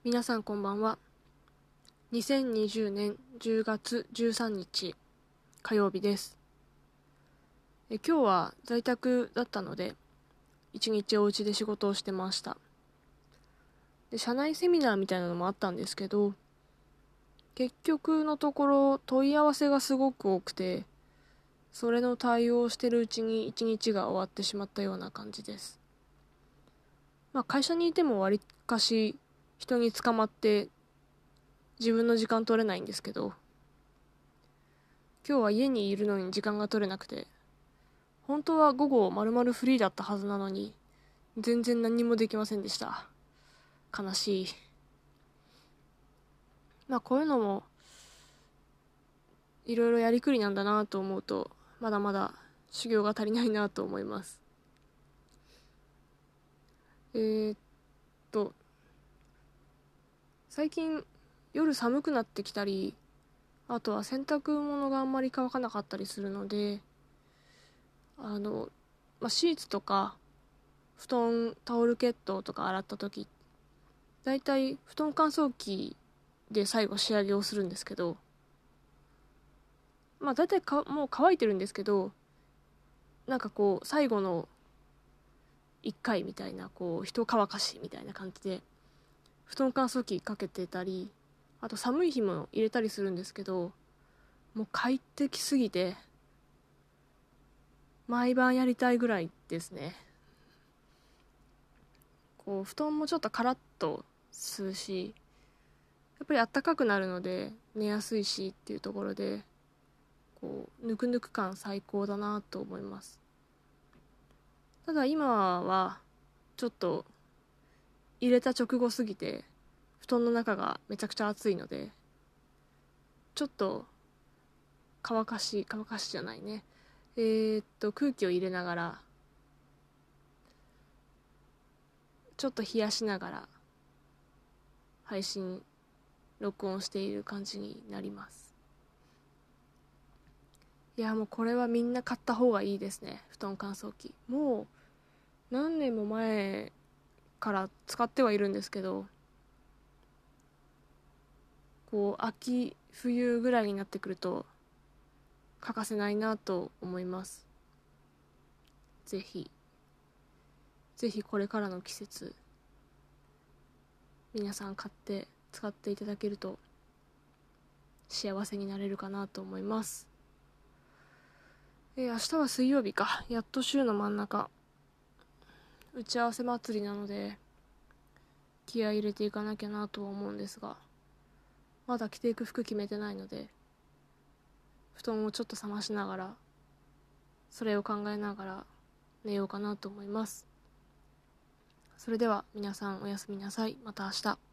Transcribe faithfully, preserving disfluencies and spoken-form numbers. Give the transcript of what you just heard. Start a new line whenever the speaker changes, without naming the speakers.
皆さんこんばんは。にせんにじゅうねんじゅうがつじゅうさんにち火曜日です。え今日は在宅だったので一日お家で仕事をしてました。で社内セミナーみたいなのもあったんですけど、結局のところ問い合わせがすごく多くて、それの対応をしてるうちに一日が終わってしまったような感じです。まあ、会社にいてもわりかし人に捕まって自分の時間取れないんですけど、今日は家にいるのに時間が取れなくて、本当は午後まるまるフリーだったはずなのに全然何もできませんでした。悲しい。まあこういうのもいろいろやりくりなんだなと思うと、まだまだ修行が足りないなと思います。えー、っと最近夜寒くなってきたり、あとは洗濯物があんまり乾かなかったりするので、あの、まあ、シーツとか布団、タオルケットとか洗った時、だいたい布団乾燥機で最後仕上げをするんですけど、まあだいたいかもう乾いてるんですけど、なんかこう最後のいっかいみたいな、こう人乾かしみたいな感じで布団乾燥機かけてたり、あと寒い日も入れたりするんですけど、もう快適すぎて毎晩やりたいぐらいですね。こう布団もちょっとカラッとするし、やっぱり暖かくなるので寝やすいしっていうところで、こうぬくぬく感最高だなと思います。ただ今はちょっと入れた直後すぎて布団の中がめちゃくちゃ暑いので、ちょっと乾かし乾かしじゃないねえー、っと空気を入れながら、ちょっと冷やしながら配信録音している感じになります。いやもうこれはみんな買った方がいいですね。布団乾燥機もう何年も前から使ってはいるんですけど、こう秋冬ぐらいになってくると欠かせないなと思います。ぜひぜひこれからの季節皆さん買って使っていただけると幸せになれるかなと思います。えー、明日は水曜日か。やっと週の真ん中。打ち合わせ祭りなので気合い入れていかなきゃなとは思うんですが、まだ着ていく服決めてないので、布団をちょっと冷ましながら、それを考えながら寝ようかなと思います。それでは皆さんおやすみなさい。また明日。